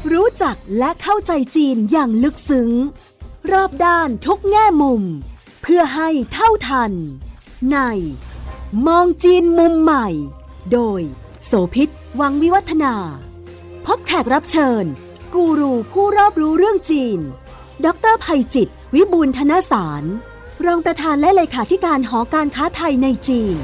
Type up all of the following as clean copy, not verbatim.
รู้จักและเข้าใจจีนอย่างลึกซึ้งรอบด้านทุกแง่มุมเพื่อให้เท่าทันในมองจีนมุมใหม่โดยโสภิต วังวิวัฒนาพบแขกรับเชิญกูรูผู้รอบรู้เรื่องจีนดร.ไพจิตร วิบูลย์ธนสารรองประธานและเลขาธิการหอการค้าไทยในจีน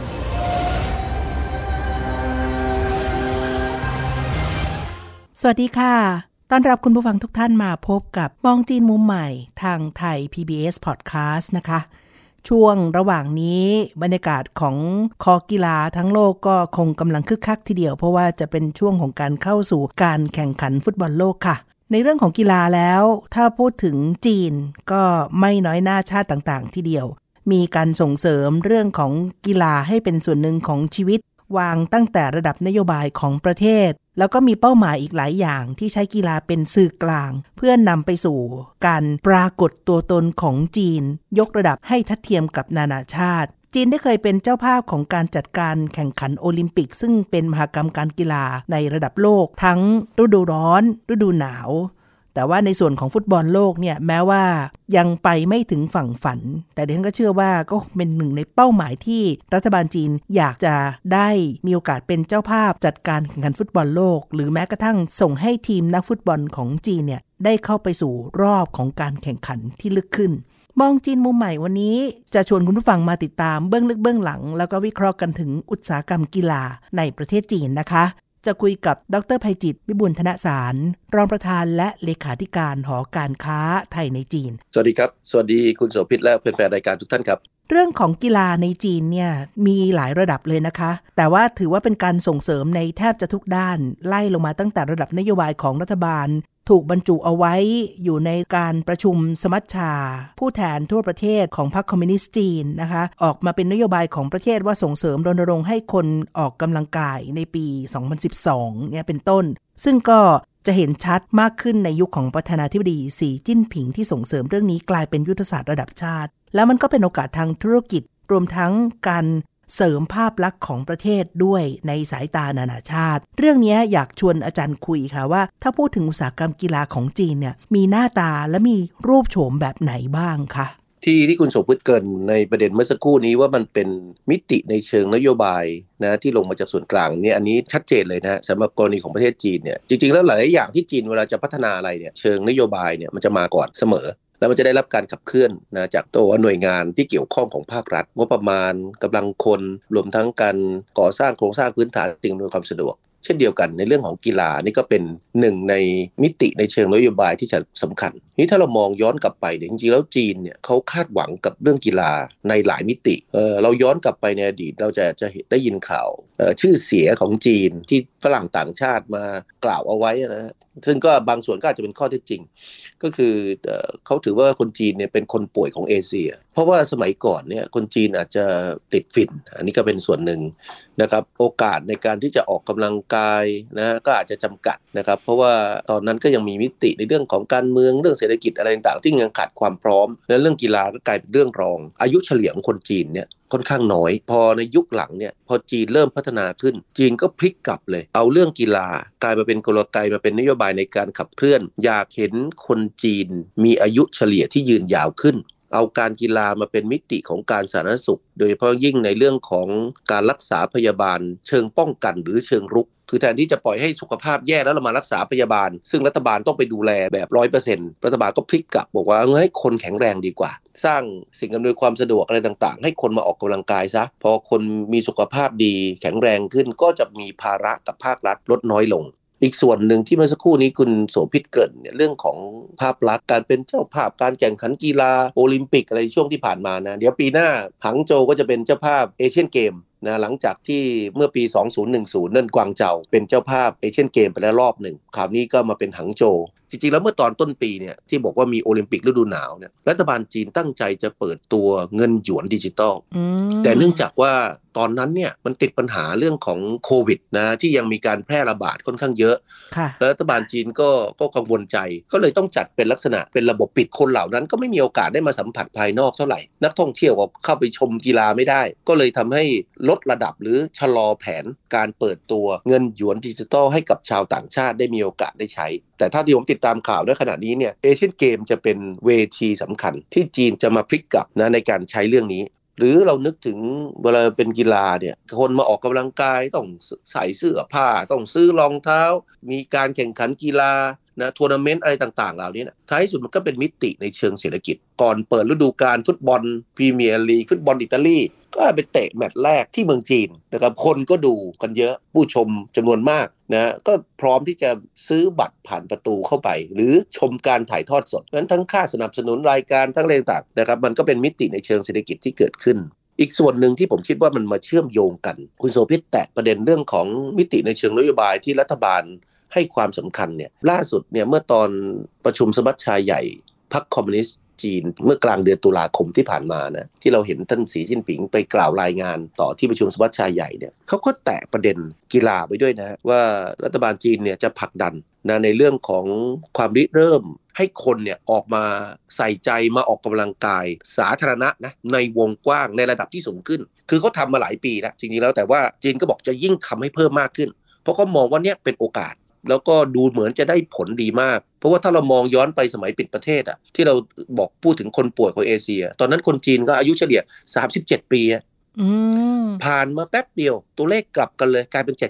สวัสดีค่ะต้อนรับคุณผู้ฟังทุกท่านมาพบกับมองจีนมุมใหม่ทางไทย PBS Podcast นะคะช่วงระหว่างนี้บรรยากาศของคอกีฬาทั้งโลกก็คงกำลังคึกคักทีเดียวเพราะว่าจะเป็นช่วงของการเข้าสู่การแข่งขันฟุตบอลโลกค่ะในเรื่องของกีฬาแล้วถ้าพูดถึงจีนก็ไม่น้อยหน้าชาติต่างๆทีเดียวมีการส่งเสริมเรื่องของกีฬาให้เป็นส่วนหนึ่งของชีวิตวางตั้งแต่ระดับนโยบายของประเทศแล้วก็มีเป้าหมายอีกหลายอย่างที่ใช้กีฬาเป็นสื่อกลางเพื่อนำไปสู่การปรากฏตัวตนของจีนยกระดับให้ทัดเทียมกับนานาชาติจีนได้เคยเป็นเจ้าภาพของการจัดการแข่งขันโอลิมปิกซึ่งเป็นมหกรรมการกีฬาในระดับโลกทั้งฤดูร้อนฤดูหนาวแต่ว่าในส่วนของฟุตบอลโลกเนี่ยแม้ว่ายังไปไม่ถึงฝั่งฝันแต่ดิฉันก็เชื่อว่าก็เป็นหนึ่งในเป้าหมายที่รัฐบาลจีนอยากจะได้มีโอกาสเป็นเจ้าภาพจัดการแข่งขันฟุตบอลโลกหรือแม้กระทั่งส่งให้ทีมนักฟุตบอลของจีนเนี่ยได้เข้าไปสู่รอบของการแข่งขันที่ลึกขึ้นมองจีนมุมใหม่วันนี้จะชวนคุณผู้ฟังมาติดตามเบื้องลึกเบื้องหลังแล้วก็วิเคราะห์กันถึงอุตสาหกรรมกีฬาในประเทศจีนนะคะจะคุยกับดร.ไพจิตร วิบูลย์ธนสารรองประธานและเลขาธิการหอการค้าไทยในจีนสวัสดีครับสวัสดีคุณโสภิตและแฟนๆรายการทุกท่านครับเรื่องของกีฬาในจีนเนี่ยมีหลายระดับเลยนะคะแต่ว่าถือว่าเป็นการส่งเสริมในแทบจะทุกด้านไล่ลงมาตั้งแต่ระดับนโยบายของรัฐบาลถูกบรรจุเอาไว้อยู่ในการประชุมสมัชชาผู้แทนทั่วประเทศของพรรคคอมมิวนิสต์จีนนะคะออกมาเป็นนโยบายของประเทศว่าส่งเสริมรณรงค์ให้คนออกกำลังกายในปี 2012 เนี่ยเป็นต้นซึ่งก็จะเห็นชัดมากขึ้นในยุคของประธานาธิบดีสีจิ้นผิงที่ส่งเสริมเรื่องนี้กลายเป็นยุทธศาสตร์ระดับชาติแล้วมันก็เป็นโอกาสทางธุรกิจรวมทั้งการเสริมภาพลักษณ์ของประเทศด้วยในสายตานานาชาติเรื่องนี้อยากชวนอาจารย์คุยค่ะว่าถ้าพูดถึงอุตสาหกรรมกีฬาของจีนเนี่ยมีหน้าตาและมีรูปโฉมแบบไหนบ้างคะที่คุณโสภิตเกริ่นในประเด็นเมื่อสักครู่นี้ว่ามันเป็นมิติในเชิงนโยบายนะที่ลงมาจากส่วนกลางเนี่ยอันนี้ชัดเจนเลยนะสำหรับกรณีของประเทศจีนเนี่ยจริงๆแล้วหลายอย่างที่จีนเวลาจะพัฒนาอะไรเนี่ยเชิงนโยบายเนี่ยมันจะมาก่อนเสมอแล้วมันจะได้รับการขับเคลื่อนนะจากตัวหน่วยงานที่เกี่ยวข้องของภาครัฐงบประมาณกำลังคนรวมทั้งการก่อสร้างโครงสร้างพื้นฐานสิ่งอำนวยความสะดวกเช่นเดียวกันในเรื่องของกีฬานี่ก็เป็นหนึ่งในมิติในเชิงนโยบายที่สำคัญนี่ถ้าเรามองย้อนกลับไปจริงๆแล้วจีนเนี่ยเขาคาดหวังกับเรื่องกีฬาในหลายมิติเราย้อนกลับไปในอดีตเราจะได้ยินข่าวชื่อเสียของจีนที่ฝรั่งต่างชาติมากล่าวเอาไว้นะซึ่งก็บางส่วนก็อาจจะเป็นข้อเท็จจริงก็คือเขาถือว่าคนจีนเนี่ยเป็นคนป่วยของเอเชียเพราะว่าสมัยก่อนเนี่ยคนจีนอาจจะติดฝิ่นอันนี้ก็เป็นส่วนหนึ่งนะครับโอกาสในการที่จะออกกำลังกายนะก็อาจจะจำกัดนะครับเพราะว่าตอนนั้นก็ยังมีมิติในเรื่องของการเมืองเรื่องเศรษฐกิจอะไรต่างๆที่ยังขาดความพร้อมและเรื่องกีฬาก็กลายเป็นเรื่องรองอายุเฉลี่ยของคนจีนเนี่ยค่อนข้างน้อยพอในยุคหลังเนี่ยพอจีนเริ่มพัฒนาขึ้นจีนก็พลิกกลับเลยเอาเรื่องกีฬากลายมาเป็นกลไกมาเป็นนโยบายในการขับเคลื่อนอยากเห็นคนจีนมีอายุเฉลี่ยที่ยืนยาวขึ้นเอาการกีฬามาเป็นมิติของการสาธารณสุขโดยเฉพาะยิ่งในเรื่องของการรักษาพยาบาลเชิงป้องกันหรือเชิงรุกคือแทนที่จะปล่อยให้สุขภาพแย่แล้วเรามารักษาพยาบาลซึ่งรัฐบาลต้องไปดูแลแบบ 100% รัฐบาลก็พลิกกลับบอกว่าให้คนแข็งแรงดีกว่าสร้างสิ่งอำนวยความสะดวกอะไรต่างๆให้คนมาออกกำลังกายซะพอคนมีสุขภาพดีแข็งแรงขึ้นก็จะมีภาระกับภาครัฐลดน้อยลงอีกส่วนหนึ่งที่เมื่อสักครู่นี้คุณโสภิตเกริ่นเนี่ยเรื่องของภาพลักษณ์การเป็นเจ้าภาพการแข่งขันกีฬาโอลิมปิกอะไรช่วงที่ผ่านมานะเดี๋ยวปีหน้าหังโจวก็จะเป็นเจ้าภาพเอเชียนเกมนะหลังจากที่เมื่อปี 2010 นั่นกวางเจาเป็นเจ้าภาพเอเชียนเกมไปแล้วรอบหนึ่งคราวนี้ก็มาเป็นหังโจวจริงๆแล้วเมื่อตอนต้นปีเนี่ยที่บอกว่ามีโอลิมปิกฤดูหนาวเนี่ยรัฐบาลจีนตั้งใจจะเปิดตัวเงินหยวนดิจิตอลแต่เนื่องจากว่าตอนนั้นเนี่ยมันติดปัญหาเรื่องของโควิดนะที่ยังมีการแพร่ระบาดค่อนข้างเยอะแล้วรัฐบาลจีนก็กังวลใจก็เลยต้องจัดเป็นลักษณะเป็นระบบปิดคนเหล่านั้นก็ไม่มีโอกาสได้มาสัมผัสภายนอกเท่าไหร่นักท่องเที่ยวก็เข้าไปชมกีฬาไม่ได้ก็เลยทำให้ลดระดับหรือชะลอแผนการเปิดตัวเงินหยวนดิจิทัลให้กับชาวต่างชาติได้มีโอกาสได้ใช้แต่ถ้าที่ผมติดตามข่าวในขณะนี้เนี่ยเอเชียนเกมจะเป็นเวทีสำคัญที่จีนจะมาพลิกกลับนะในการใช้เรื่องนี้หรือเรานึกถึงเวลาเป็นกีฬาเนี่ยคนมาออกกำลังกายต้องใส่เสื้อผ้าต้องซื้อรองเท้ามีการแข่งขันกีฬานะทัวร์นาเมนต์อะไรต่างๆเหล่านี้นะท้ายสุดมันก็เป็นมิติในเชิงเศรษฐกิจก่อนเปิดฤดูกาลฟุตบอลพรีเมียร์ลีกฟุตบอลอิตาลีก็ไปเตะแมตช์แรกที่เมืองจีนนะครับคนก็ดูกันเยอะผู้ชมจำนวนมากนะก็พร้อมที่จะซื้อบัตรผ่านประตูเข้าไปหรือชมการถ่ายทอดสดนั้นทั้งค่าสนับสนุนรายการทั้งอะไรต่างๆนะครับมันก็เป็นมิติในเชิงเศรษฐกิจที่เกิดขึ้นอีกส่วนหนึ่งที่ผมคิดว่ามันมาเชื่อมโยงกันคุณโสภิตแตะประเด็นเรื่องของมิติในเชิงนโยบายที่รัฐบาลให้ความสำคัญเนี่ยล่าสุดเนี่ยเมื่อตอนประชุมสมัชชาใหญ่พรรคคอมมิวนิสต์จีนเมื่อกลางเดือนตุลาคมที่ผ่านมานะที่เราเห็นท่านสีจิ้นผิงไปกล่าวรายงานต่อที่ประชุมสมัชชาใหญ่เนี่ยเขาก็แตะประเด็นกีฬาไปด้วยนะว่ารัฐบาลจีนเนี่ยจะผลักดันนะในเรื่องของความริเริ่มให้คนเนี่ยออกมาใส่ใจมาออกกำลังกายสาธารณะนะในวงกว้างในระดับที่สูงขึ้นคือเขาทำมาหลายปีแล้วจริงๆแล้วแต่ว่าจีนก็บอกจะยิ่งทำให้เพิ่มมากขึ้นเพราะเขามองว่าเนี่ยเป็นโอกาสแล้วก็ดูเหมือนจะได้ผลดีมากเพราะว่าถ้าเรามองย้อนไปสมัยปิดประเทศอ่ะที่เราบอกพูดถึงคนป่วยของเอเชียตอนนั้นคนจีนก็อายุเฉลี่ย37 ปีผ่านมาแป๊บเดียวตัวเลขกลับกันเลยกลายเป็น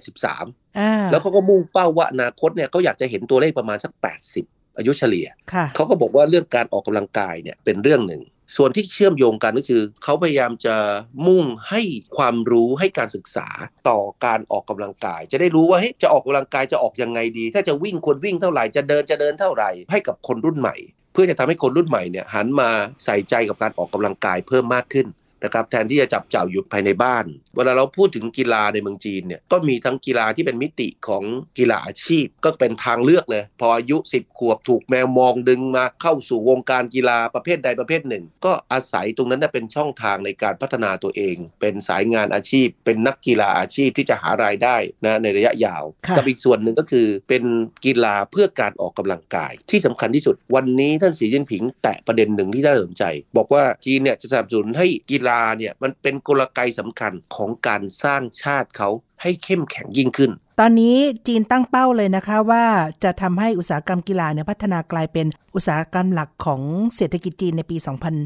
73แล้วเขาก็มุ่งเป้าว่าอนาคตเนี่ยเขาอยากจะเห็นตัวเลขประมาณสัก80อายุเฉลี่ยเขาก็บอกว่าเรื่องการออกกำลังกายเนี่ยเป็นเรื่องหนึ่งส่วนที่เชื่อมโยงกันก็คือเขาพยายามจะมุ่งให้ความรู้ให้การศึกษาต่อการออกกำลังกายจะได้รู้ว่าจะออกกำลังกายจะออกยังไงดีถ้าจะวิ่งควรวิ่งเท่าไหร่จะเดินเท่าไหร่ให้กับคนรุ่นใหม่เพื่อจะทำให้คนรุ่นใหม่เนี่ยหันมาใส่ใจกับการออกกำลังกายเพิ่มมากขึ้นนะครับแทนที่จะจับจ่ายอยู่ภายในบ้านเวลาเราพูดถึงกีฬาในเมืองจีนเนี่ยก็มีทั้งกีฬาที่เป็นมิติของกีฬาอาชีพก็เป็นทางเลือกเลยพออายุ10 ขวบถูกแมวมองดึงมาเข้าสู่วงการกีฬาประเภทใดประเภทหนึ่งก็อาศัยตรงนั้นเป็นช่องทางในการพัฒนาตัวเองเป็นสายงานอาชีพเป็นนักกีฬาอาชีพที่จะหารายได้นะในระยะยาวกับอีกส่วนหนึ่งก็คือเป็นกีฬาเพื่อการออกกำลังกายที่สำคัญที่สุดวันนี้ท่านสีจิ้นผิงแตะประเด็นหนึ่งที่น่าสนใจบอกว่าจีนเนี่ยจะสนับสนุนให้กีฬาเนี่ยมันเป็นกลไกสำคัญของการสร้างชาติเขาให้เข้มแข็งยิ่งขึ้นตอนนี้จีนตั้งเป้าเลยนะคะว่าจะทำให้อุตสาหกรรมกีฬาเนี่ยพัฒนากลายเป็นอุตสาหกรรมหลักของเศรษฐกิจจีนในปี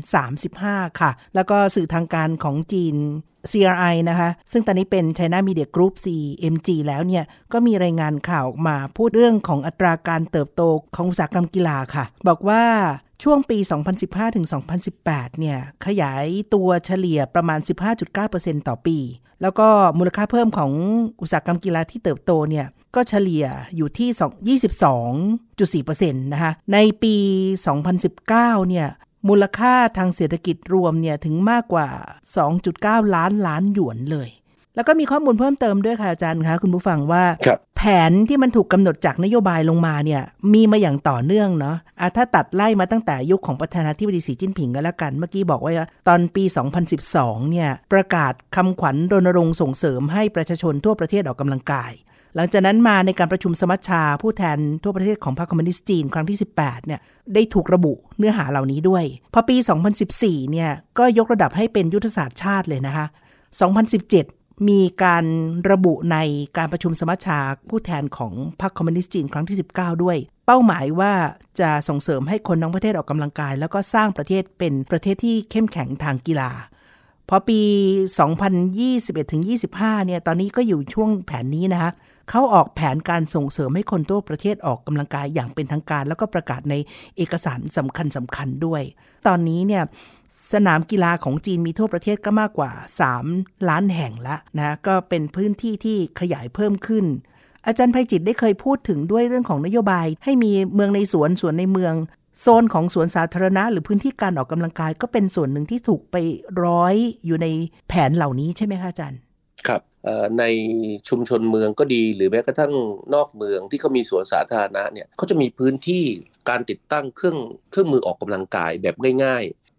2035 ค่ะแล้วก็สื่อทางการของจีน CRI นะคะซึ่งตอนนี้เป็น China Media Group CMG แล้วเนี่ยก็มีรายงานข่าวออกมาพูดเรื่องของอัตราการเติบโตของอุตสาหกรรมกีฬาค่ะบอกว่าช่วงปี 2015 ถึง 2018 เนี่ยขยายตัวเฉลี่ยประมาณ 15.9% ต่อปีแล้วก็มูลค่าเพิ่มของอุตสาหกรรมกีฬาที่เติบโตเนี่ยก็เฉลี่ยอยู่ที่ 22.4% นะคะในปี 2019 เนี่ยมูลค่าทางเศรษฐกิจรวมเนี่ยถึงมากกว่า 2.9 ล้านหยวนเลยแล้วก็มีข้อมูลเพิ่มเติมด้วยค่ะอาจารย์คะคุณผู้ฟังว่าแผนที่มันถูกกำหนดจากนโยบายลงมาเนี่ยมีมาอย่างต่อเนื่องเนาะถ้าตัดไล่มาตั้งแต่ยุคของประธานาธิบดีสีจิ้นผิงก็แล้วกันเมื่อกี้บอกว่าตอนปี 2012 เนี่ยประกาศคำขวัญรณรงค์ส่งเสริมให้ประชาชนทั่วประเทศออกกำลังกายหลังจากนั้นมาในการประชุมสมัชชาผู้แทนทั่วประเทศของพรรคคอมมิวนิสต์จีนครั้งที่ 18 เนี่ยได้ถูกระบุเนื้อหาเหล่านี้ด้วยพอปี 2014 เนี่ยก็ยกระดับให้เป็นยุทธศาสตร์ชาติเลยนะคะ 2017 มีการระบุในการประชุมสมัชชาผู้แทนของพรรคคอมมิวนิสต์จีนครั้งที่ 19 ด้วยเป้าหมายว่าจะส่งเสริมให้คนทั้งประเทศออกกำลังกายแล้วก็สร้างประเทศเป็นประเทศที่เข้มแข็งทางกีฬาพอปี 2021-25 เนี่ยตอนนี้ก็อยู่ช่วงแผนนี้นะคะเขาออกแผนการส่งเสริมให้คนทั่วประเทศออกกำลังกายอย่างเป็นทางการแล้วก็ประกาศในเอกสารสำคัญด้วยตอนนี้เนี่ยสนามกีฬาของจีนมีทั่วประเทศก็มากกว่า3 ล้านแห่งละนะก็เป็นพื้นที่ที่ขยายเพิ่มขึ้นอาจารย์ไพจิตรได้เคยพูดถึงด้วยเรื่องของนโยบายให้มีเมืองในสวนในเมืองโซนของสวนสาธารณะหรือพื้นที่การออกกำลังกายก็เป็นส่วนหนึ่งที่ถูกไปร้อยอยู่ในแผนเหล่านี้ใช่ไหมคะอาจารย์ครับในชุมชนเมืองก็ดีหรือแม้กระทั่งนอกเมืองที่เขามีสวนสาธารณะเนี่ยเขาจะมีพื้นที่การติดตั้งเครื่องมือออกกำลังกายแบบง่าย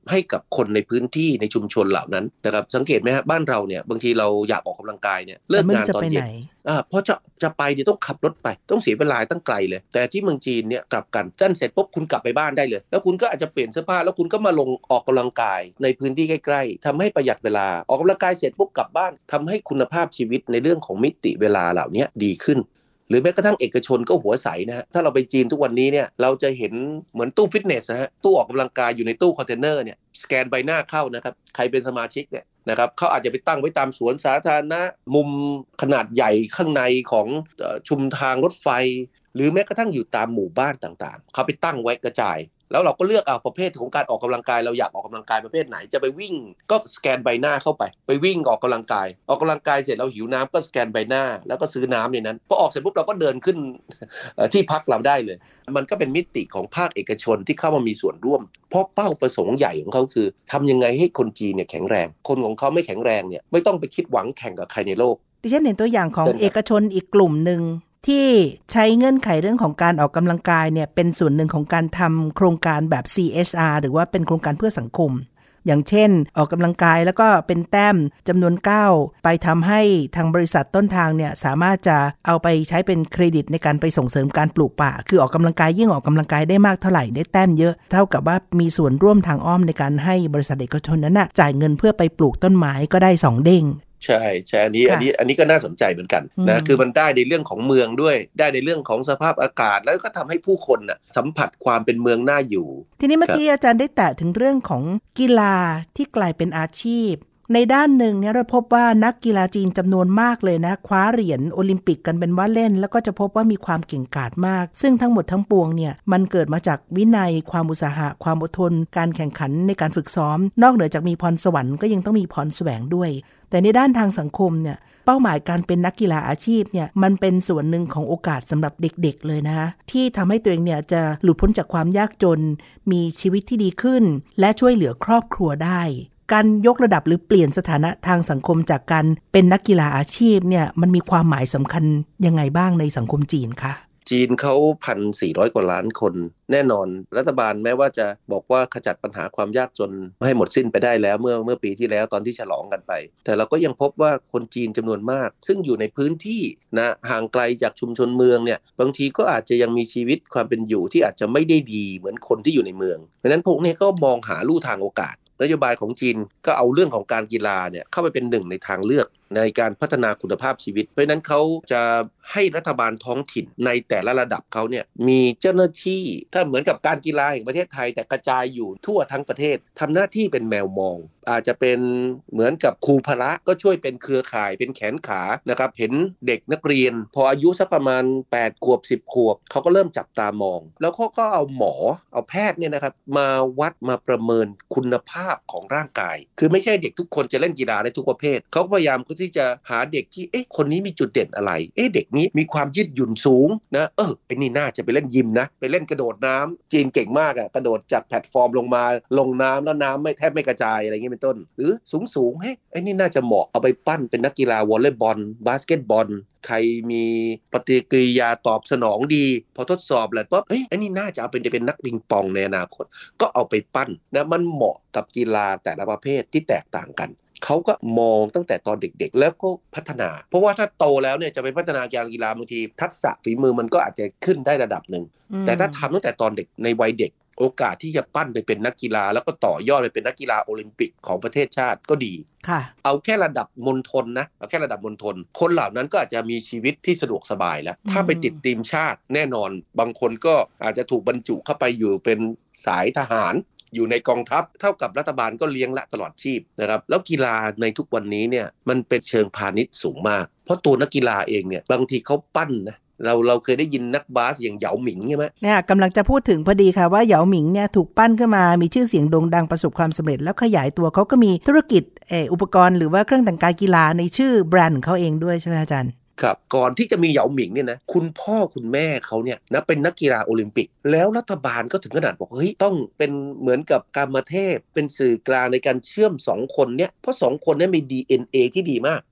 ให้กับคนในพื้นที่ในชุมชนเหล่านั้นนะครับสังเกตไหมฮะบ้านเราเนี่ยบางทีเราอยากออกกำลังกายเนี่ยเลิกงานตอนเย็นเพราะจะไปเนี่ยต้องขับรถไปต้องเสียเวลาตั้งไกลเลยแต่ที่เมืองจีนเนี่ยกลับกันท่านเสร็จปุ๊บคุณกลับไปบ้านได้เลยแล้วคุณก็อาจจะเปลี่ยนเสื้อผ้าแล้วคุณก็มาลงออกกำลังกายในพื้นที่ใกล้ๆทำให้ประหยัดเวลาออกกำลังกายเสร็จปุ๊บกลับบ้านทำให้คุณภาพชีวิตในเรื่องของมิติเวลาเหล่านี้ดีขึ้นหรือแม้กระทั่งเอกชนก็หัวใสนะฮะถ้าเราไปจีนทุกวันนี้เนี่ยเราจะเห็นเหมือนตู้ฟิตเนสนะฮะตู้ออกกำลังกายอยู่ในตู้คอนเทนเนอร์เนี่ยสแกนใบหน้าเข้านะครับใครเป็นสมาชิกเนี่ยนะครับเขาอาจจะไปตั้งไว้ตามสวนสาธารณะมุมขนาดใหญ่ข้างในของชุมทางรถไฟหรือแม้กระทั่งอยู่ตามหมู่บ้านต่างๆเขาไปตั้งไว้กระจายแล้วเราก็เลือกเอาประเภทของการออกกำลังกายเราอยากออกกำลังกายประเภทไหนจะไปวิ่งก็สแกนใบหน้าเข้าไปวิ่งออกกำลังกายเสร็จเราหิวน้ำก็สแกนใบหน้าแล้วก็ซื้อน้ำในนั้นพอออกเสร็จปุ๊บเราก็เดินขึ้นที่พักเราได้เลยมันก็เป็นมิติของภาคเอกชนที่เข้ามามีส่วนร่วมเพราะเป้าประสงค์ใหญ่ของเขาคือทำยังไงให้คนจีนเนี่ยแข็งแรงคนของเขาไม่แข็งแรงเนี่ยไม่ต้องไปคิดหวังแข่งกับใครในโลกดิฉันเห็นตัวอย่างของเอกชนอีกกลุ่มนึงที่ใช้เงื่อนไขเรื่องของการออกกำลังกายเนี่ยเป็นส่วนหนึ่งของการทำโครงการแบบ CSR หรือว่าเป็นโครงการเพื่อสังคมอย่างเช่นออกกำลังกายแล้วก็เป็นแต้มจำนวน9ไปทำให้ทางบริษัทต้นทางเนี่ยสามารถจะเอาไปใช้เป็นเครดิตในการไปส่งเสริมการปลูกป่าคือออกกำลังกายยิ่งออกกำลังกายได้มากเท่าไหร่ได้แต้มเยอะเท่ากับว่ามีส่วนร่วมทางอ้อมในการให้บริษัทเอกชนนั้นจ่ายเงินเพื่อไปปลูกต้นไม้ก็ได้2เด้งใช่อันนี้ก็น่าสนใจเหมือนกันนะคือมันได้ในเรื่องของเมืองด้วยได้ในเรื่องของสภาพอากาศแล้วก็ทำให้ผู้คนสัมผัสความเป็นเมืองน่าอยู่ทีนี้เมื่อกี้อาจารย์ได้แตะถึงเรื่องของกีฬาที่กลายเป็นอาชีพในด้านหนึ่งเนี่ยเราพบว่านักกีฬาจีนจำนวนมากเลยนะคว้าเหรียญโอลิมปิกกันเป็นว่าเล่นแล้วก็จะพบว่ามีความเก่งกาจมากซึ่งทั้งหมดทั้งปวงเนี่ยมันเกิดมาจากวินัยความอุตสาหะความอดทนการแข่งขันในการฝึกซ้อมนอกเหนือจากมีพรสวรรค์ก็ยังต้องมีพรแสวงด้วยแต่ในด้านทางสังคมเนี่ยเป้าหมายการเป็นนักกีฬาอาชีพเนี่ยมันเป็นส่วนหนึ่งของโอกาสสำหรับเด็กๆเลยนะที่ทำให้ตัวเองเนี่ยจะหลุดพ้นจากความยากจนมีชีวิตที่ดีขึ้นและช่วยเหลือครอบครัวได้การยกระดับหรือเปลี่ยนสถานะทางสังคมจากการเป็นนักกีฬาอาชีพเนี่ยมันมีความหมายสำคัญยังไงบ้างในสังคมจีนคะจีนเขา 1,400 กว่าล้านคนแน่นอนรัฐบาลแม้ว่าจะบอกว่าขจัดปัญหาความยากจนให้หมดสิ้นไปได้แล้วเมื่อปีที่แล้วตอนที่ฉลองกันไปแต่เราก็ยังพบว่าคนจีนจำนวนมากซึ่งอยู่ในพื้นที่ห่างไกลจากชุมชนเมืองเนี่ยบางทีก็อาจจะยังมีชีวิตความเป็นอยู่ที่อาจจะไม่ได้ดีเหมือนคนที่อยู่ในเมืองเพราะฉะนั้นพวกนี้ก็มองหาลู่ทางโอกาสนโยบายของจีนก็เอาเรื่องของการกีฬาเนี่ยเข้าไปเป็นหนึ่งในทางเลือกในการพัฒนาคุณภาพชีวิตเพราะฉะนั้นเขาจะให้รัฐบาลท้องถิ่นในแต่ละระดับเขาเนี่ยมีเจ้าหน้าที่ถ้าเหมือนกับการกีฬาแห่งประเทศไทยแต่กระจายอยู่ทั่วทั้งประเทศทำหน้าที่เป็นแมวมองอาจจะเป็นเหมือนกับครูพละก็ช่วยเป็นเครือข่ายเป็นแขนขานะครับเห็นเด็กนักเรียนพออายุสักประมาณ8 ขวบ 10 ขวบเขาก็เริ่มจับตามองแล้วเขาก็เอาหมอเอาแพทย์เนี่ยนะครับมาวัดมาประเมินคุณภาพของร่างกายคือไม่ใช่เด็กทุกคนจะเล่นกีฬาได้ทุกประเภทเขาพยายามที่จะหาเด็กที่คนนี้มีจุดเด่นอะไรเด็กนี้มีความยืดหยุ่นสูงนะไอ้นี่น่าจะไปเล่นยิมนะไปเล่นกระโดดน้ำจีนเก่งมากกระโดดจากแพลตฟอร์มลงมาลงน้ำแล้วน้ำไม่แทบไม่กระจายอะไรเงี้ยเป็นต้นหรือสูงไอ้นี่น่าจะเหมาะเอาไปปั้นเป็นนักกีฬาวอลเลย์บอลบาสเกตบอลใครมีปฏิกิริยาตอบสนองดีพอทดสอบแล้วปุ๊บไอ้นี่น่าจะเอาเป็นนักปิงปองในอนาคตก็เอาไปปั้นนะมันเหมาะกับกีฬาแต่ละประเภทที่แตกต่างกันเขาก็มองตั้งแต่ตอนเด็กๆแล้วก็พัฒนาเพราะว่าถ้าโตแล้วเนี่ยจะไปพัฒนากีฬาบางทีทักษะฝีมือมันก็อาจจะขึ้นได้ระดับหนึ่งแต่ถ้าทำตั้งแต่ตอนเด็กในวัยเด็กโอกาสที่จะปั้นไปเป็นนักกีฬาแล้วก็ต่อยอดไปเป็นนักกีฬาโอลิมปิกของประเทศชาติก็ดีเอาแค่ระดับมณฑลนะเอาแค่ระดับมณฑลคนเหล่านั้นก็อาจจะมีชีวิตที่สะดวกสบายแล้วถ้าไปติดทีมชาติแน่นอนบางคนก็อาจจะถูกบรรจุเข้าไปอยู่เป็นสายทหารอยู่ในกองทัพเท่ากับรัฐบาลก็เลี้ยงละตลอดชีพนะครับแล้วกีฬาในทุกวันนี้เนี่ยมันเป็นเชิงพาณิชย์สูงมากเพราะตัวนักกีฬาเองเนี่ยบางทีเขาปั้นนะเราเคยได้ยินนักบาสอย่างเหยาหมิงใช่ไหมเนี่ยกำลังจะพูดถึงพอดีค่ะว่าเหยาหมิงเนี่ยถูกปั้นขึ้นมามีชื่อเสียงโด่งดังประสบความสำเร็จแล้วขยายตัวเขาก็มีธุรกิจอุปกรณ์หรือว่าเครื่องแต่งกายกีฬาในชื่อแบรนด์ของเขาเองด้วยใช่ไหมอาจารย์ครับก่อนที่จะมีเหยาหมิงเนี่ยนะคุณพ่อคุณแม่เขาเนี่ยนะเป็นนักกีฬาโอลิมปิกแล้วรัฐบาลก็ถึงขนาดบอกเฮ้ยต้องเป็นเหมือนกับกามเทพเป็นสื่อกลางในการเชื่อม2คนเนี่ยเพราะ2คนนี้มี DNA ที่ดีมาก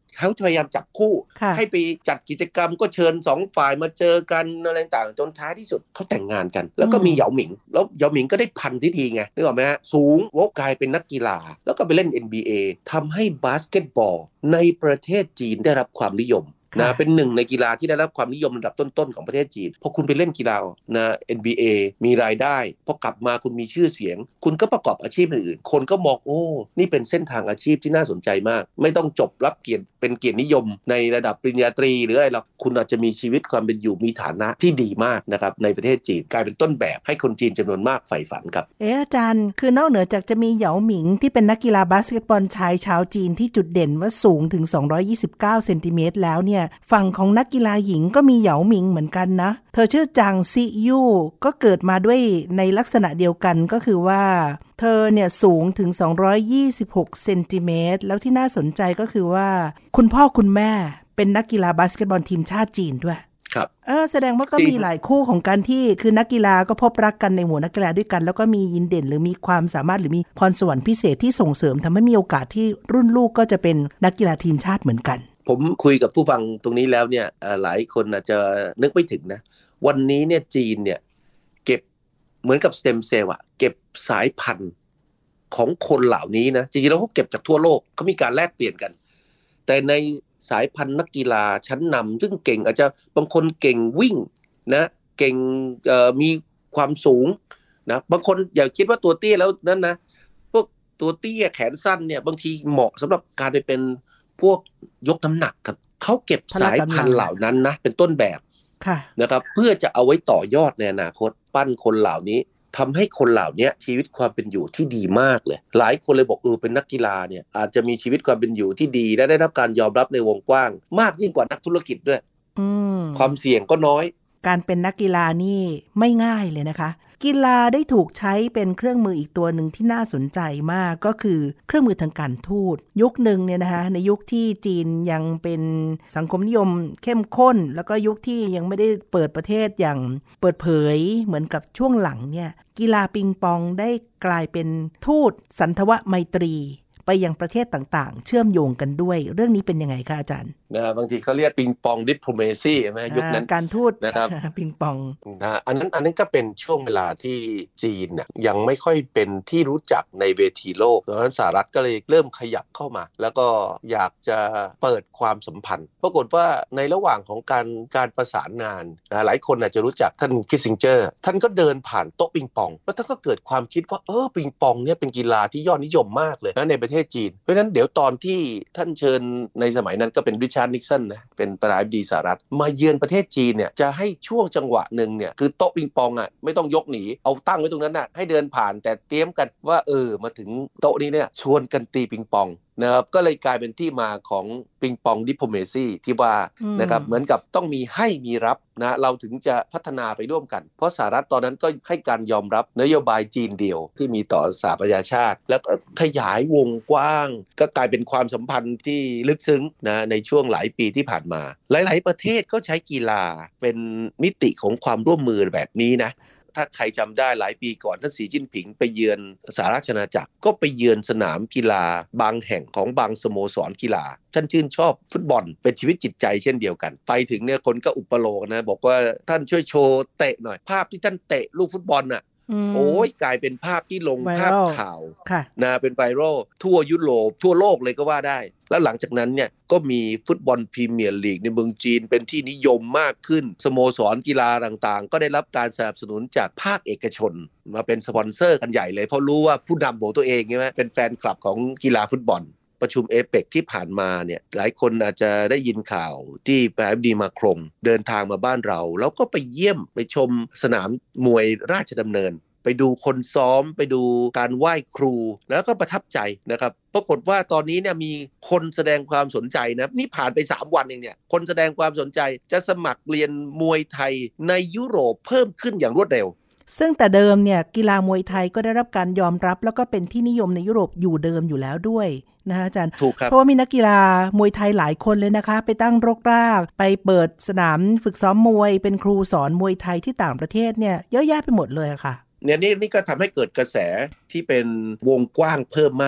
เขาพยายามจับคู่ให้ไปจัดกิจกรรมก็เชิญ2ฝ่ายมาเจอกันอะไรต่างจนท้ายที่สุดเขาแต่งงานกันแล้วก็มีเหยาหมิงแล้วเหยาหมิงก็ได้พันที่ดีไงนึกออกไหมฮะสูงวกกลายเป็นนักกีฬาแล้วก็ไปเล่น NBA ทำให้บาสเกตบอลในประเทศจีนได้รับความนิยมนะเป็นหนึ่งในกีฬาที่ได้รับความนิยมระดับต้นๆของประเทศจีนพอคุณไปเล่นกีฬานะ NBA มีรายได้พอกลับมาคุณมีชื่อเสียงคุณก็ประกอบอาชีพอื่นคนก็มองโอ้นี่เป็นเส้นทางอาชีพที่น่าสนใจมากไม่ต้องจบรับเกียรติเป็นเกียรตินิยมในระดับปริญญาตรีหรืออะไรหรอกคุณอาจจะมีชีวิตความเป็นอยู่มีฐานะที่ดีมากนะครับในประเทศจีนกลายเป็นต้นแบบให้คนจีนจำนวนมากใฝ่ฝันครับอาจารย์คือนอกเหนือจากจะมีเหยาหมิงที่เป็นนักกีฬาบาสเกตบอลชายชาวจีนที่จุดเด่นว่าสูงถึง229เซนติเมตรแล้วเนี่ยฝั่งของนักกีฬาหญิงก็มีเหยาหมิงเหมือนกันนะเธอชื่อจางซิยู่ก็เกิดมาด้วยในลักษณะเดียวกันก็คือว่าเธอเนี่ยสูงถึง226เซนติเมตรแล้วที่น่าสนใจก็คือว่าคุณพ่อคุณแม่เป็นนักกีฬาบาสเกตบอลทีมชาติจีนด้วยครับแสดงว่าก็มีหลายคู่ของการที่คือนักกีฬาก็พบรักกันในหมู่นักกีฬาด้วยกันแล้วก็มียินเด่นหรือมีความสามารถหรือมีพรสวรรค์พิเศษที่ส่งเสริมทำให้มีโอกาสที่รุ่นลูกก็จะเป็นนักกีฬาทีมชาติเหมือนกันผมคุยกับผู้ฟังตรงนี้แล้วเนี่ยหลายคนอาจจะนึกไม่ถึงนะวันนี้เนี่ยจีนเนี่ยเก็บเหมือนกับสเต็มเซลล์เก็บสายพันธุ์ของคนเหล่านี้นะจริงๆแล้วเขาเก็บจากทั่วโลกเขามีการแลกเปลี่ยนกันแต่ในสายพันธุ์นักกีฬาชั้นนำซึ่งเก่งอาจจะบางคนเก่งวิ่งนะเก่งมีความสูงนะบางคนอย่าคิดว่าตัวเตี้ยแล้วนั่นนะพวกตัวเตี้ยแขนสั้นเนี่ยบางทีเหมาะสำหรับการไปเป็นพวกยกน้ำหนักครับเขาเก็บสายพันธุ์เหล่านั้นนะเป็นต้นแบบนะครับเพื่อจะเอาไว้ต่อยอดในอนาคตปั้นคนเหล่านี้ทำให้คนเหล่านี้ชีวิตความเป็นอยู่ที่ดีมากเลยหลายคนเลยบอกเป็นนักกีฬาเนี่ยอาจจะมีชีวิตความเป็นอยู่ที่ดีและได้รับการยอมรับในวงกว้างมากยิ่งกว่านักธุรกิจด้วยความเสี่ยงก็น้อยการเป็นนักกีฬานี่ไม่ง่ายเลยนะคะกีฬาได้ถูกใช้เป็นเครื่องมืออีกตัวหนึ่งที่น่าสนใจมากก็คือเครื่องมือทางการทูตยุคหนึ่งเนี่ยนะคะในยุคที่จีนยังเป็นสังคมนิยมเข้มข้นแล้วก็ยุคที่ยังไม่ได้เปิดประเทศอย่างเปิดเผยเหมือนกับช่วงหลังเนี่ยกีฬาปิงปองได้กลายเป็นทูตสันทวไมตรีไปยังประเทศต่างๆเชื่อมโยงกันด้วยเรื่องนี้เป็นยังไงคะอาจารย์บางทีเขาเรียกปิงปองดิปโลเมซีใช่ไหมยุคนั้นการทูตนะครับปิงปองอันนั้นก็เป็นช่วงเวลาที่จีนน่ะยังไม่ค่อยเป็นที่รู้จักในเวทีโลกดังนั้นสหรัฐก็เลยเริ่มขยับเข้ามาแล้วก็อยากจะเปิดความสัมพันธ์ปรากฏว่าในระหว่างของการประสานงานหลายคนอาจจะรู้จักท่านคิสซิงเจอร์ท่านก็เดินผ่านโต๊ะปิงปองแล้วท่านก็เกิดความคิดว่าปิงปองเนี่ยเป็นกีฬาที่ยอดนิยมมากเลยนะในประเทศจีนเพราะฉะนั้นเดี๋ยวตอนที่ท่านเชิญในสมัยนั้นก็เป็นริชาร์ดนิกสันนะเป็นประธานาธิบดีสหรัฐมาเยือนประเทศจีนเนี่ยจะให้ช่วงจังหวะหนึ่งเนี่ยคือโต๊ะปิงปองไม่ต้องยกหนีเอาตั้งไว้ตรงนั้นให้เดินผ่านแต่เตรียมกันว่ามาถึงโต๊ะนี้เนี่ยชวนกันตีปิงปองนะครับก็เลยกลายเป็นที่มาของปิงปองดิปโลเมซีที่ว่านะครับเหมือนกับต้องมีให้มีรับนะเราถึงจะพัฒนาไปร่วมกันเพราะสหรัฐตอนนั้นก็ให้การยอมรับนโยบายจีนเดียวที่มีต่อสหประชาชาติแล้วก็ขยายวงกว้างก็กลายเป็นความสัมพันธ์ที่ลึกซึ้งนะในช่วงหลายปีที่ผ่านมาหลายๆประเทศก็ใช้กีฬาเป็นมิติของความร่วมมือแบบนี้นะถ้าใครจำได้หลายปีก่อนท่านสีจิ้นผิงไปเยือนสหราชอาณาจักรก็ไปเยือนสนามกีฬาบางแห่งของบางสโมสรกีฬาท่านชื่นชอบฟุตบอลเป็นชีวิตจิตใจเช่นเดียวกันไปถึงเนี่ยคนก็อุปโลกนะบอกว่าท่านช่วยโชว์เตะหน่อยภาพที่ท่านเตะลูกฟุตบอลโอ้ยกลายเป็นภาพที่ลงภาพข่าวนะเป็นไวรัลทั่วยุโรปทั่วโลกเลยก็ว่าได้แล้วหลังจากนั้นเนี่ยก็มีฟุตบอลพรีเมียร์ลีกในเมืองจีนเป็นที่นิยมมากขึ้นสโมสรกีฬาต่างๆก็ได้รับการสนับสนุนจากภาคเอกชนมาเป็นสปอนเซอร์กันใหญ่เลยเพราะรู้ว่าผู้นำของตัวเองใช่ไหมเป็นแฟนคลับของกีฬาฟุตบอลประชุมเอเปกที่ผ่านมาเนี่ยหลายคนอาจจะได้ยินข่าวที่ประธานาธิบดีมาครงเดินทางมาบ้านเราแล้วก็ไปเยี่ยมไปชมสนามมวยราชดำเนินไปดูคนซ้อมไปดูการไหว้ครูแล้วก็ประทับใจนะครับปรากฏว่าตอนนี้เนี่ยมีคนแสดงความสนใจนะนี่ผ่านไป3วันเองเนี่ยคนแสดงความสนใจจะสมัครเรียนมวยไทยในยุโรปเพิ่มขึ้นอย่างรวดเร็วซึ่งแต่เดิมเนี่ยกีฬามวยไทยก็ได้รับการยอมรับแล้วก็เป็นที่นิยมในยุโรปอยู่เดิมอยู่แล้วด้วยนะคะอาจารย์ถูกครับเพราะว่ามีนักกีฬามวยไทยหลายคนเลยนะคะไปตั้งรกรากไปเปิดสนามฝึกซ้อมมวยเป็นครูสอนมวยไทยที่ต่างประเทศเนี่ยเยอะแยะไปหมดเลยค่ะเนี่ยนี่ก็ทำให้เกิดกระแสที่เป็นวงกว้างเพิ่มมากขึ้น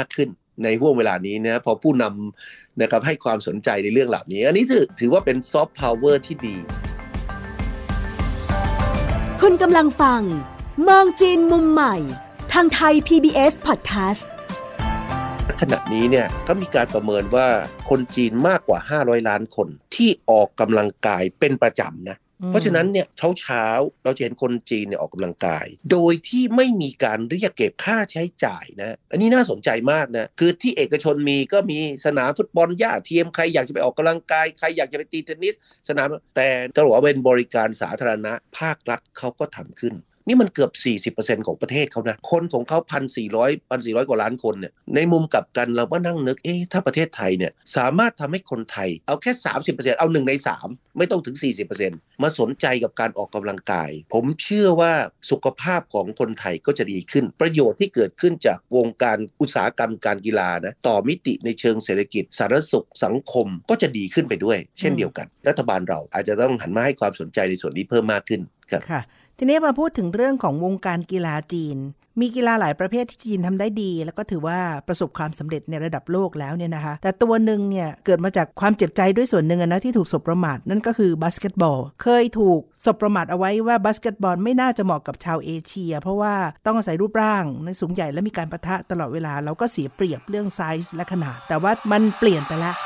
ในห่วงเวลานี้นะพอผู้นำนะครับให้ความสนใจในเรื่องเหล่านี้อันนี้ถือว่าเป็นซอฟต์พาวเวอร์ที่ดีคุณกำลังฟังมองจีนมุมใหม่ทางไทย PBS Podcast ขณะนี้เนี่ยก็มีการประเมินว่าคนจีนมากกว่า500ล้านคนที่ออกกำลังกายเป็นประจำนะเพราะฉะนั้นเนี่ยเช้าเราจะเห็นคนจีนเนี่ยออกกำลังกายโดยที่ไม่มีการเรียกเก็บค่าใช้จ่ายนะอันนี้น่าสนใจมากนะคือที่เอกชนมีก็มีสนามฟุตบอลหญ้าเทียมใครอยากจะไปออกกำลังกายใครอยากจะไปตีเทนนิสสนามแต่จะบอกว่าเป็นบริการสาธารณะภาครัฐเขาก็ทำขึ้นนี่มันเกือบ 40% ของประเทศเขานะคนของเขา 1,400 กว่าล้านคนเนี่ยในมุมกลับกันเราก็นั่งนึกถ้าประเทศไทยเนี่ยสามารถทำให้คนไทยเอาแค่ 30% เอา1ใน3ไม่ต้องถึง 40% มาสนใจกับการออกกำลังกายผมเชื่อว่าสุขภาพของคนไทยก็จะดีขึ้นประโยชน์ที่เกิดขึ้นจากวงการอุตสาหกรรมการกีฬานะต่อมิติในเชิงเศรษฐกิจสาธารณสุขสังคมก็จะดีขึ้นไปด้วยเช่นเดียวกันรัฐบาลเราอาจจะต้องหันมาให้ความสนใจในส่วนนี้เพิ่มมากขึ้นครับค่ะทีนี้มาพูดถึงเรื่องของวงการกีฬาจีนมีกีฬาหลายประเภทที่จีนทำได้ดีแล้วก็ถือว่าประสบความสำเร็จในระดับโลกแล้วเนี่ยนะคะแต่ตัวหนึ่งเนี่ยเกิดมาจากความเจ็บใจด้วยส่วนหนึ่งนะที่ถูกสบประมาทนั่นก็คือบาสเกตบอลเคยถูกสบประมาทเอาไว้ว่าบาสเกตบอลไม่น่าจะเหมาะกับชาวเอเชียเพราะว่าต้องอาศัยรูปร่างในสูงใหญ่และมีการปะทะตลอดเวลาเราก็เสียเปรียบเรื่องไซส์และขนาดแต่ว่ามันเปลี่ยนไปแล้ว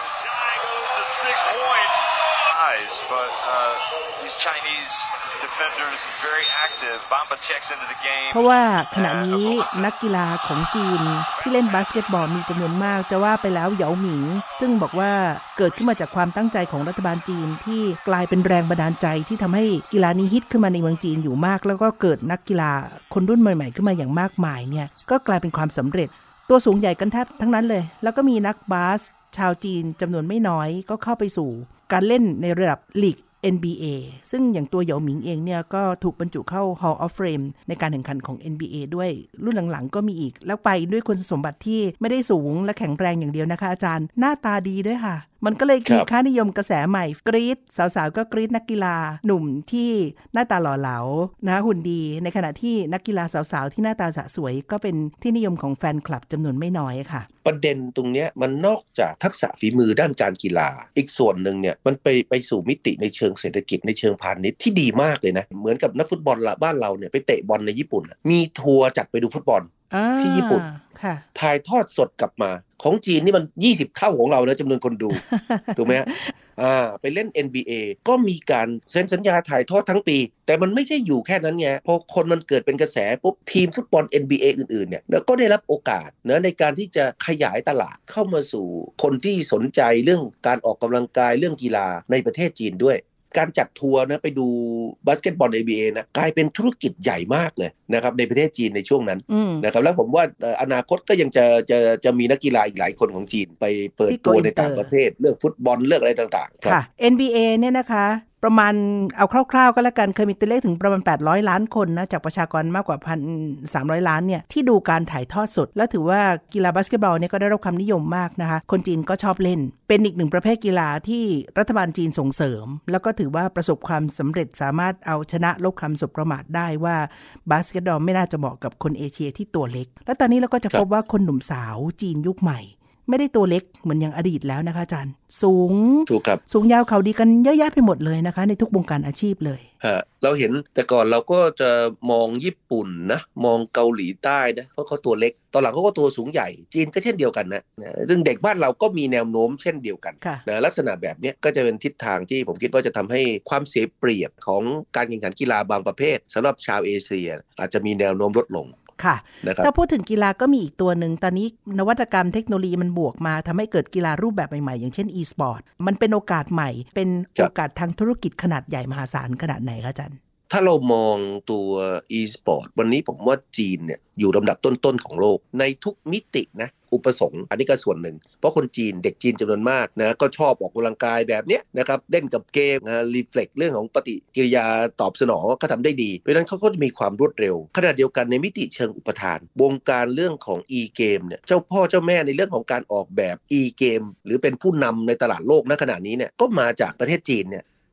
เพราะว่าขณะนี้นักกีฬาของจีนที่เล่นบาสเกตบอลมีจำนวนมากจะว่าไปแล้วเหยาหมิงซึ่งบอกว่าเกิดขึ้นมาจากความตั้งใจของรัฐบาลจีนที่กลายเป็นแรงบันดาลใจที่ทำให้กีฬานี้ฮิตขึ้นมาในเมืองจีนอยู่มากแล้วก็เกิดนักกีฬาคนรุ่นใหม่ๆขึ้นมาอย่างมากมายเนี่ยก็กลายเป็นความสำเร็จตัวสูงใหญ่กันแทบทั้งนั้นเลยแล้วก็มีนักบาสชาวจีนจำนวนไม่น้อยก็เข้าไปสู่การเล่นในระดับลีกNBA ซึ่งอย่างตัวเหยาหมิงเองเนี่ยก็ถูกบรรจุเข้า Hall of Fame ในการแข่งขันของ NBA ด้วยรุ่นหลังๆก็มีอีกแล้วไปด้วยคุณสมบัติที่ไม่ได้สูงและแข็งแรงอย่างเดียวนะคะอาจารย์หน้าตาดีด้วยค่ะมันก็เลยมีค่านิยมกระแสใหม่กรี๊ดสาวๆก็กรี๊ดนักกีฬาหนุ่มที่หน้าตาหล่อเหลานะหุ่นดีในขณะที่นักกีฬาสาวๆที่หน้าตาสะสวยก็เป็นที่นิยมของแฟนคลับจำนวนไม่น้อยค่ะประเด็นตรงนี้มันนอกจากทักษะฝีมือด้านการกีฬาอีกส่วนหนึ่งเนี่ยมันไปสู่มิติในเชิงเศรษฐกิจในเชิงพาณิชย์ที่ดีมากเลยนะเหมือนกับนักฟุตบอลบ้านเราเนี่ยไปเตะบอลในญี่ปุ่นมีทัวร์จัดไปดูฟุตบอลที่ญี่ปุ่นถ่ายทอดสดกลับมาของจีนนี่มัน20เท่าของเรานะจำนวนคนดู ถูกไหมไปเล่น NBA ก็มีการเซ็นสัญญาถ่ายทอดทั้งปีแต่มันไม่ใช่อยู่แค่นั้นไงพอคนมันเกิดเป็นกระแสปุ๊บทีมฟุตบอล NBA อื่นๆเนี่ยก็ได้รับโอกาสนะในการที่จะขยายตลาดเข้ามาสู่คนที่สนใจเรื่องการออกกำลังกายเรื่องกีฬาในประเทศจีนด้วยการจัดทัวร์นะไปดูบาสเกตบอล NBA นะกลายเป็นธุรกิจใหญ่มากเลยนะครับในประเทศจีนในช่วงนั้นนะครับแล้วผมว่าอนาคตก็ยังจะมีนักกีฬาอีกหลายคนของจีนไปเปิดตัวในต่างประเทศเรื่องฟุตบอลเรื่องอะไรต่างๆค่ะ NBA เนี่ยนะคะประมาณเอาคร่าวๆก็แล้วกันเคยมีตัวเลขถึงประมาณ800ล้านคนนะจากประชากรมากกว่า 1,300 ล้านเนี่ยที่ดูการถ่ายทอดสดแล้วถือว่ากีฬาบาสเกตบอลเนี่ยก็ได้รับความนิยมมากนะคะคนจีนก็ชอบเล่นเป็นอีกหนึ่งประเภทกีฬาที่รัฐบาลจีนส่งเสริมแล้วก็ถือว่าประสบความสำเร็จสามารถเอาชนะลบคำสบประมาทได้ว่าบาสเกตบอลไม่น่าจะเหมาะกับคนเอเชียที่ตัวเล็กแล้วตอนนี้เราก็จะพบว่าคนหนุ่มสาวจีนยุคใหม่ไม่ได้ตัวเล็กเหมือนอย่างอดีตแล้วนะคะอาจารย์สูงยาวเขาดีกันเยอะแยะไปหมดเลยนะคะในทุกวงการอาชีพเลยเราเห็นแต่ก่อนเราก็จะมองญี่ปุ่นนะมองเกาหลีใต้นะเพราะเขาตัวเล็กตอนหลังเขาก็ตัวสูงใหญ่จีนก็เช่นเดียวกันนะซึ่งเด็กบ้านเราก็มีแนวโน้มเช่นเดียวกันนะลักษณะแบบนี้ก็จะเป็นทิศทางที่ผมคิดว่าจะทำให้ความเสียเปรียบของการแข่งขันกีฬาบางประเภทสำหรับชาวเอเชียอาจจะมีแนวโน้มลดลงค่ะถ้าพูดถึงกีฬาก็มีอีกตัวหนึ่งตอนนี้นวัตกรรมเทคโนโลยีมันบวกมาทำให้เกิดกีฬารูปแบบใหม่ๆอย่างเช่น e-sport มันเป็นโอกาสใหม่เป็นโอกาสทางธุรกิจขนาดใหญ่มหาศาลขนาดไหนคะอาจารย์ถ้าเรามองตัว e-sport วันนี้ผมว่าจีนเนี่ยอยู่ลำดับต้นๆของโลกในทุกมิตินะอุปสงค์อันนี้ก็ส่วนหนึ่งเพราะคนจีนเด็กจีนจำนวนมากนะก็ชอบออกกำลังกายแบบเนี้ยนะครับเล่นกับเกมรีเฟล็กเรื่องของปฏิกิริยาตอบสนองก็ทำได้ดีเพราะฉะนั้นเขาก็จะมีความรวดเร็วขณะเดียวกันในมิติเชิงอุปทานวงการเรื่องของ e-game เนี่ยเจ้าพ่อเจ้าแม่ในเรื่องของการออกแบบ e-game หรือเป็นผู้นำในตลาดโลกณขณะนี้เนี่ยก็มาจากประเทศจีนเนี่ย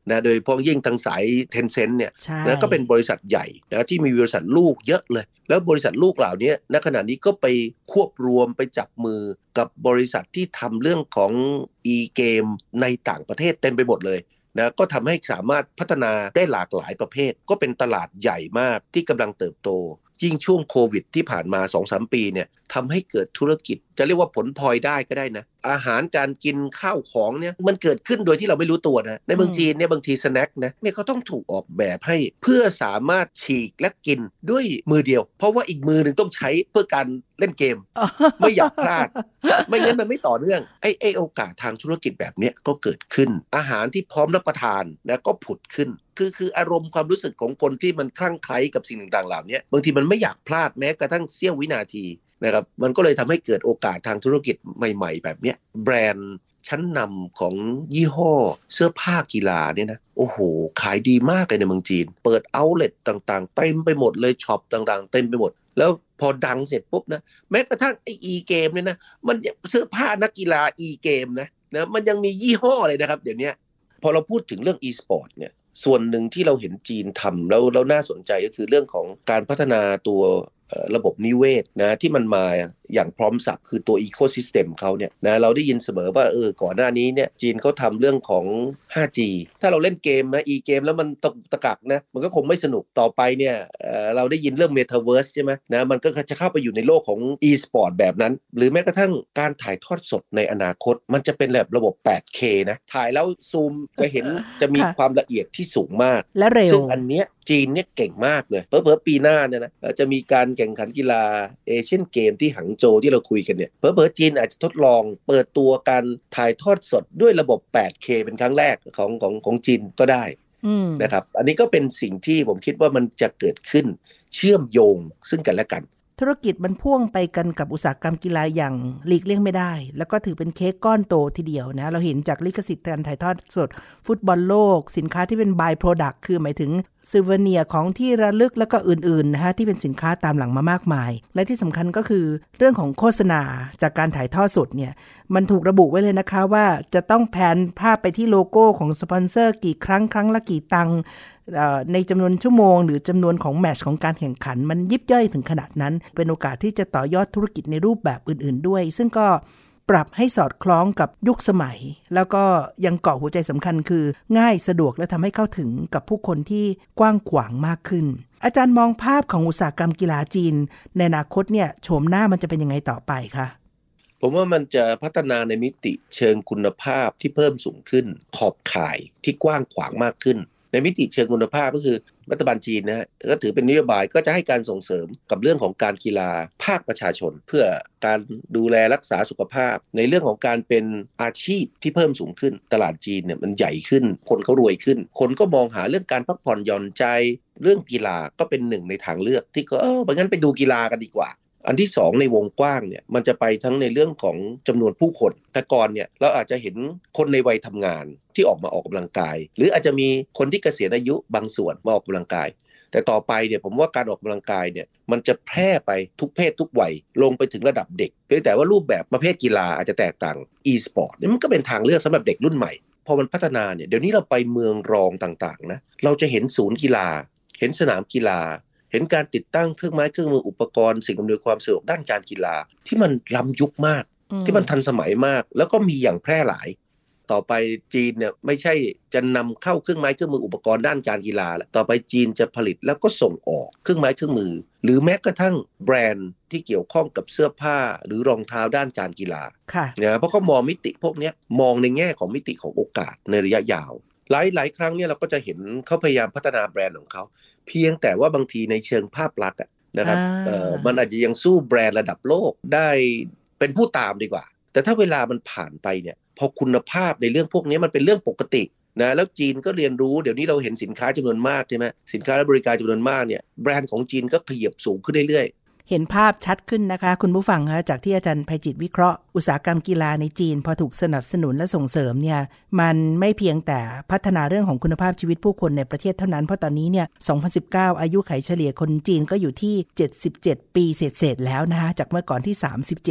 นะโดยเฉพาะยิ่งทางสาย Tencent เนี่ยนะก็เป็นบริษัทใหญ่นะที่มีบริษัทลูกเยอะเลยแล้วบริษัทลูกเหล่านี้ณขณะนี้ก็ไปควบรวมไปจับมือกับบริษัทที่ทำเรื่องของ e-game ในต่างประเทศเต็มไปหมดเลยนะก็ทำให้สามารถพัฒนาได้หลากหลายประเภทก็เป็นตลาดใหญ่มากที่กำลังเติบโตยิ่งช่วงโควิดที่ผ่านมา 2-3 ปีเนี่ยทำให้เกิดธุรกิจจะเรียกว่าผลพลอยได้ก็ได้นะอาหารการกินข้าวของเนี่ยมันเกิดขึ้นโดยที่เราไม่รู้ตัวนะในเมืองจีนเนี่ยบางทีสแน็คนะเนี่ยเขาต้องถูกออกแบบให้เพื่อสามารถฉีกและกินด้วยมือเดียวเพราะว่าอีกมือหนึ่งต้องใช้เพื่อการเล่นเกม ไม่อยากพลาดไม่งั้นมันไม่ต่อเนื่องไอ้โอกาสทางธุรกิจแบบนี้ก็เกิดขึ้นอาหารที่พร้อมรับประทานนะก็ผุดขึ้นคืออารมณ์ความรู้สึกของคนที่มันคลั่งไคล้กับสิ่งต่างๆเหล่านี้บางทีมันไม่อยากพลาดแม้กระทั่งเสี้ยววินาทีนะครับมันก็เลยทำให้เกิดโอกาสทางธุรกิจใหม่ๆแบบนี้แบรนด์ชั้นนำของยี่ห้อเสื้อผ้ากีฬาเนี่ยนะโอ้โหขายดีมากเลยในเมืองจีนเปิดเอาท์เลทต่างๆเต็มไปหมดเลยช็อปต่างๆเต็มไปหมดแล้วพอดังเสร็จปุ๊บนะแม้กระทั่งไอ้ e-game เนี่ยนะมันเสื้อผ้านักกีฬา e-game นะมันยังมียี่ห้อเลยนะครับเดี๋ยวนี้พอเราพูดถึงเรื่อง e-sport เนี่ยส่วนหนึ่งที่เราเห็นจีนทำแล้วน่าสนใจก็คือเรื่องของการพัฒนาตัวระบบนิเวศนะที่มันมาอย่างพร้อมสับคือตัว ecosystem เขาเนี่ยนะเราได้ยินเสมอว่าก่อนหน้านี้เนี่ยจีนเขาทำเรื่องของ 5G ถ้าเราเล่นเกมนะ e-game แล้วมันตะกักนะมันก็คงไม่สนุกต่อไปเนี่ยเราได้ยินเรื่อง Metaverse ใช่ไหมนะมันก็จะเข้าไปอยู่ในโลกของ e-sport แบบนั้นหรือแม้กระทั่งการถ่ายทอดสดในอนาคตมันจะเป็นแบบระบบ 8K นะถ่ายแล้วซูมจะเห็นจะมีความละเอียดที่สูงมากและเร็วซึ่งอันเนี้ยจีนเนี่ยเก่งมากเลยเผลอๆปีหน้าเนี่ยนะจะมีการแข่งขันกีฬาเอเชียนเกมที่หังโจวที่เราคุยกันเนี่ยเผลอๆจีนอาจจะทดลองเปิดตัวการถ่ายทอดสดด้วยระบบ 8K เป็นครั้งแรกของจีนก็ได้นะครับอันนี้ก็เป็นสิ่งที่ผมคิดว่ามันจะเกิดขึ้นเชื่อมโยงซึ่งกันและกันธุรกิจมันพ่วงไปกันกับอุตสาหกรรมกีฬาอย่างหลีกเลี่ยงไม่ได้แล้วก็ถือเป็นเค้กก้อนโตทีเดียวนะเราเห็นจากลิขสิทธิ์การถ่ายทอดสดฟุตบอลโลกสินค้าที่เป็นบายโปรดักต์คือหมายถึงซูเวเนียร์ของที่ระลึกแล้วก็อื่นๆนะฮะที่เป็นสินค้าตามหลังมามากมายและที่สำคัญก็คือเรื่องของโฆษณาจากการถ่ายทอดสดเนี่ยมันถูกระบุไว้เลยนะคะว่าจะต้องแผนภาพไปที่โลโก้ของสปอนเซอร์กี่ครั้งละกี่ตังค์ในจำนวนชั่วโมงหรือจำนวนของแมตช์ของการแข่งขันมันยิบย่อยถึงขนาดนั้นเป็นโอกาสที่จะต่อยอดธุรกิจในรูปแบบอื่นๆด้วยซึ่งก็ปรับให้สอดคล้องกับยุคสมัยแล้วก็ยังเกาะหัวใจสำคัญคือง่ายสะดวกและทำให้เข้าถึงกับผู้คนที่กว้างขวางมากขึ้นอาจารย์มองภาพของอุตสาหกรรมกีฬาจีนในอนาคตเนี่ยโฉมหน้ามันจะเป็นยังไงต่อไปคะผมว่ามันจะพัฒนาในมิติเชิงคุณภาพที่เพิ่มสูงขึ้นขอบข่ายที่กว้างขวางมากขึ้นในมิติเชิงคุณภาพก็คือรัฐบาลจีนนะฮะก็ถือเป็นนโยบายก็จะให้การส่งเสริมกับเรื่องของการกีฬาภาคประชาชนเพื่อการดูแลรักษาสุขภาพในเรื่องของการเป็นอาชีพที่เพิ่มสูงขึ้นตลาดจีนเนี่ยมันใหญ่ขึ้นคนเขารวยขึ้นคนก็มองหาเรื่องการพักผ่อนหย่อนใจเรื่องกีฬาก็เป็นหนึ่งในทางเลือกที่ก็งั้นไปดูกีฬากันดีกว่าอันที่สองในวงกว้างเนี่ยมันจะไปทั้งในเรื่องของจำนวนผู้คนแต่ก่อนเนี่ยเราอาจจะเห็นคนในวัยทำงานที่ออกมาออกกำลังกายหรืออาจจะมีคนที่เกษียณอายุบางส่วนมาออกกำลังกายแต่ต่อไปเนี่ยผมว่าการออกกำลังกายเนี่ยมันจะแพร่ไปทุกเพศทุกวัยลงไปถึงระดับเด็กเพียงแต่ว่ารูปแบบประเภทกีฬาอาจจะแตกต่าง e-sport เนี่ยมันก็เป็นทางเลือกสำหรับเด็กรุ่นใหม่พอมันพัฒนาเนี่ยเดี๋ยวนี้เราไปเมืองรองต่างๆนะเราจะเห็นศูนย์กีฬาเห็นสนามกีฬาเห็นการติดตั้งเครื่องไม้เครื่องมืออุปกรณ์สิ่งอำนวยความสะดวกด้านการกีฬาที่มันล้ำยุคมากที่มันทันสมัยมากแล้วก็มีอย่างแพร่หลายต่อไปจีนเนี่ยไม่ใช่จะนำเข้าเครื่องไม้เครื่องมืออุปกรณ์ด้านการกีฬาแล้วต่อไปจีนจะผลิตแล้วก็ส่งออกเครื่องไม้เครื่องมือหรือแม้กระทั่งแบรนด์ที่เกี่ยวข้องกับเสื้อผ้าหรือรองเท้าด้านการกีฬาเพราะเขามองมิติพวกนี้มองในแง่ของมิติของโอกาสในระยะยาวหลายครั้งเนี่ยเราก็จะเห็นเขาพยายามพัฒนาแบรนด์ของเขาเพียงแต่ว่าบางทีในเชิงภาพลักษณ์นะครับมันอาจจะยังสู้แบรนด์ระดับโลกได้เป็นผู้ตามดีกว่าแต่ถ้าเวลามันผ่านไปเนี่ยพอคุณภาพในเรื่องพวกนี้มันเป็นเรื่องปกตินะแล้วจีนก็เรียนรู้เดี๋ยวนี้เราเห็นสินค้าจำนวนมากใช่ไหมสินค้าและบริการจำนวนมากเนี่ยแบรนด์ของจีนก็ขยับสูงขึ้นเรื่อยเห็นภาพชัดขึ้นนะคะคุณผู้ฟังคะจากที่อาจารย์ไพจิตรวิเคราะห์อุตสาหกรรมกีฬาในจีนพอถูกสนับสนุนและส่งเสริมเนี่ยมันไม่เพียงแต่พัฒนาเรื่องของคุณภาพชีวิตผู้คนในประเทศเท่านั้นเพราะตอนนี้เนี่ย2019อายุขัยเฉลี่ยคนจีนก็อยู่ที่77ปีเศษๆแล้วนะคะจากเมื่อก่อนที่37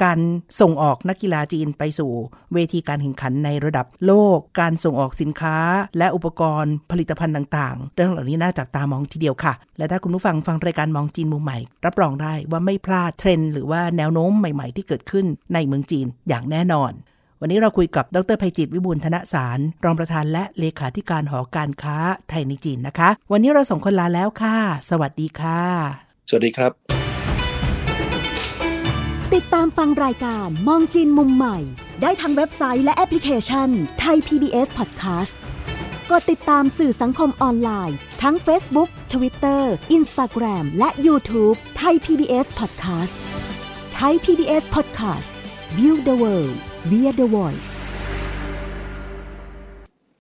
การส่งออกนักกีฬาจีนไปสู่เวทีการแข่งขันในระดับโลกการส่งออกสินค้าและอุปกรณ์ผลิตภัณฑ์ต่างๆเรื่องเหล่านี้น่าจับตามองทีเดียวค่ะและถ้าคุณผู้ฟังฟังรายการมองจีนมุมใหม่รับรองได้ว่าไม่พลาดเทรนด์หรือว่าแนวโน้มใหม่ๆที่เกิดขึ้นในเมืองจีนอย่างแน่นอนวันนี้เราคุยกับดร.ไพจิตรวิบูลย์ธนสารรองประธานและเลขาธิการหอการค้าไทยในจีนนะคะวันนี้เรา2 คนลาแล้วค่ะสวัสดีค่ะสวัสดีครับติดตามฟังรายการมองจีนมุมใหม่ได้ทางเว็บไซต์และแอปพลิเคชันไทย PBS Podcast กดติดตามสื่อสังคมออนไลน์ทั้ง Facebook, Twitter, Instagram และ YouTube ไทย PBS Podcast ไทย PBS Podcast View the world via the voice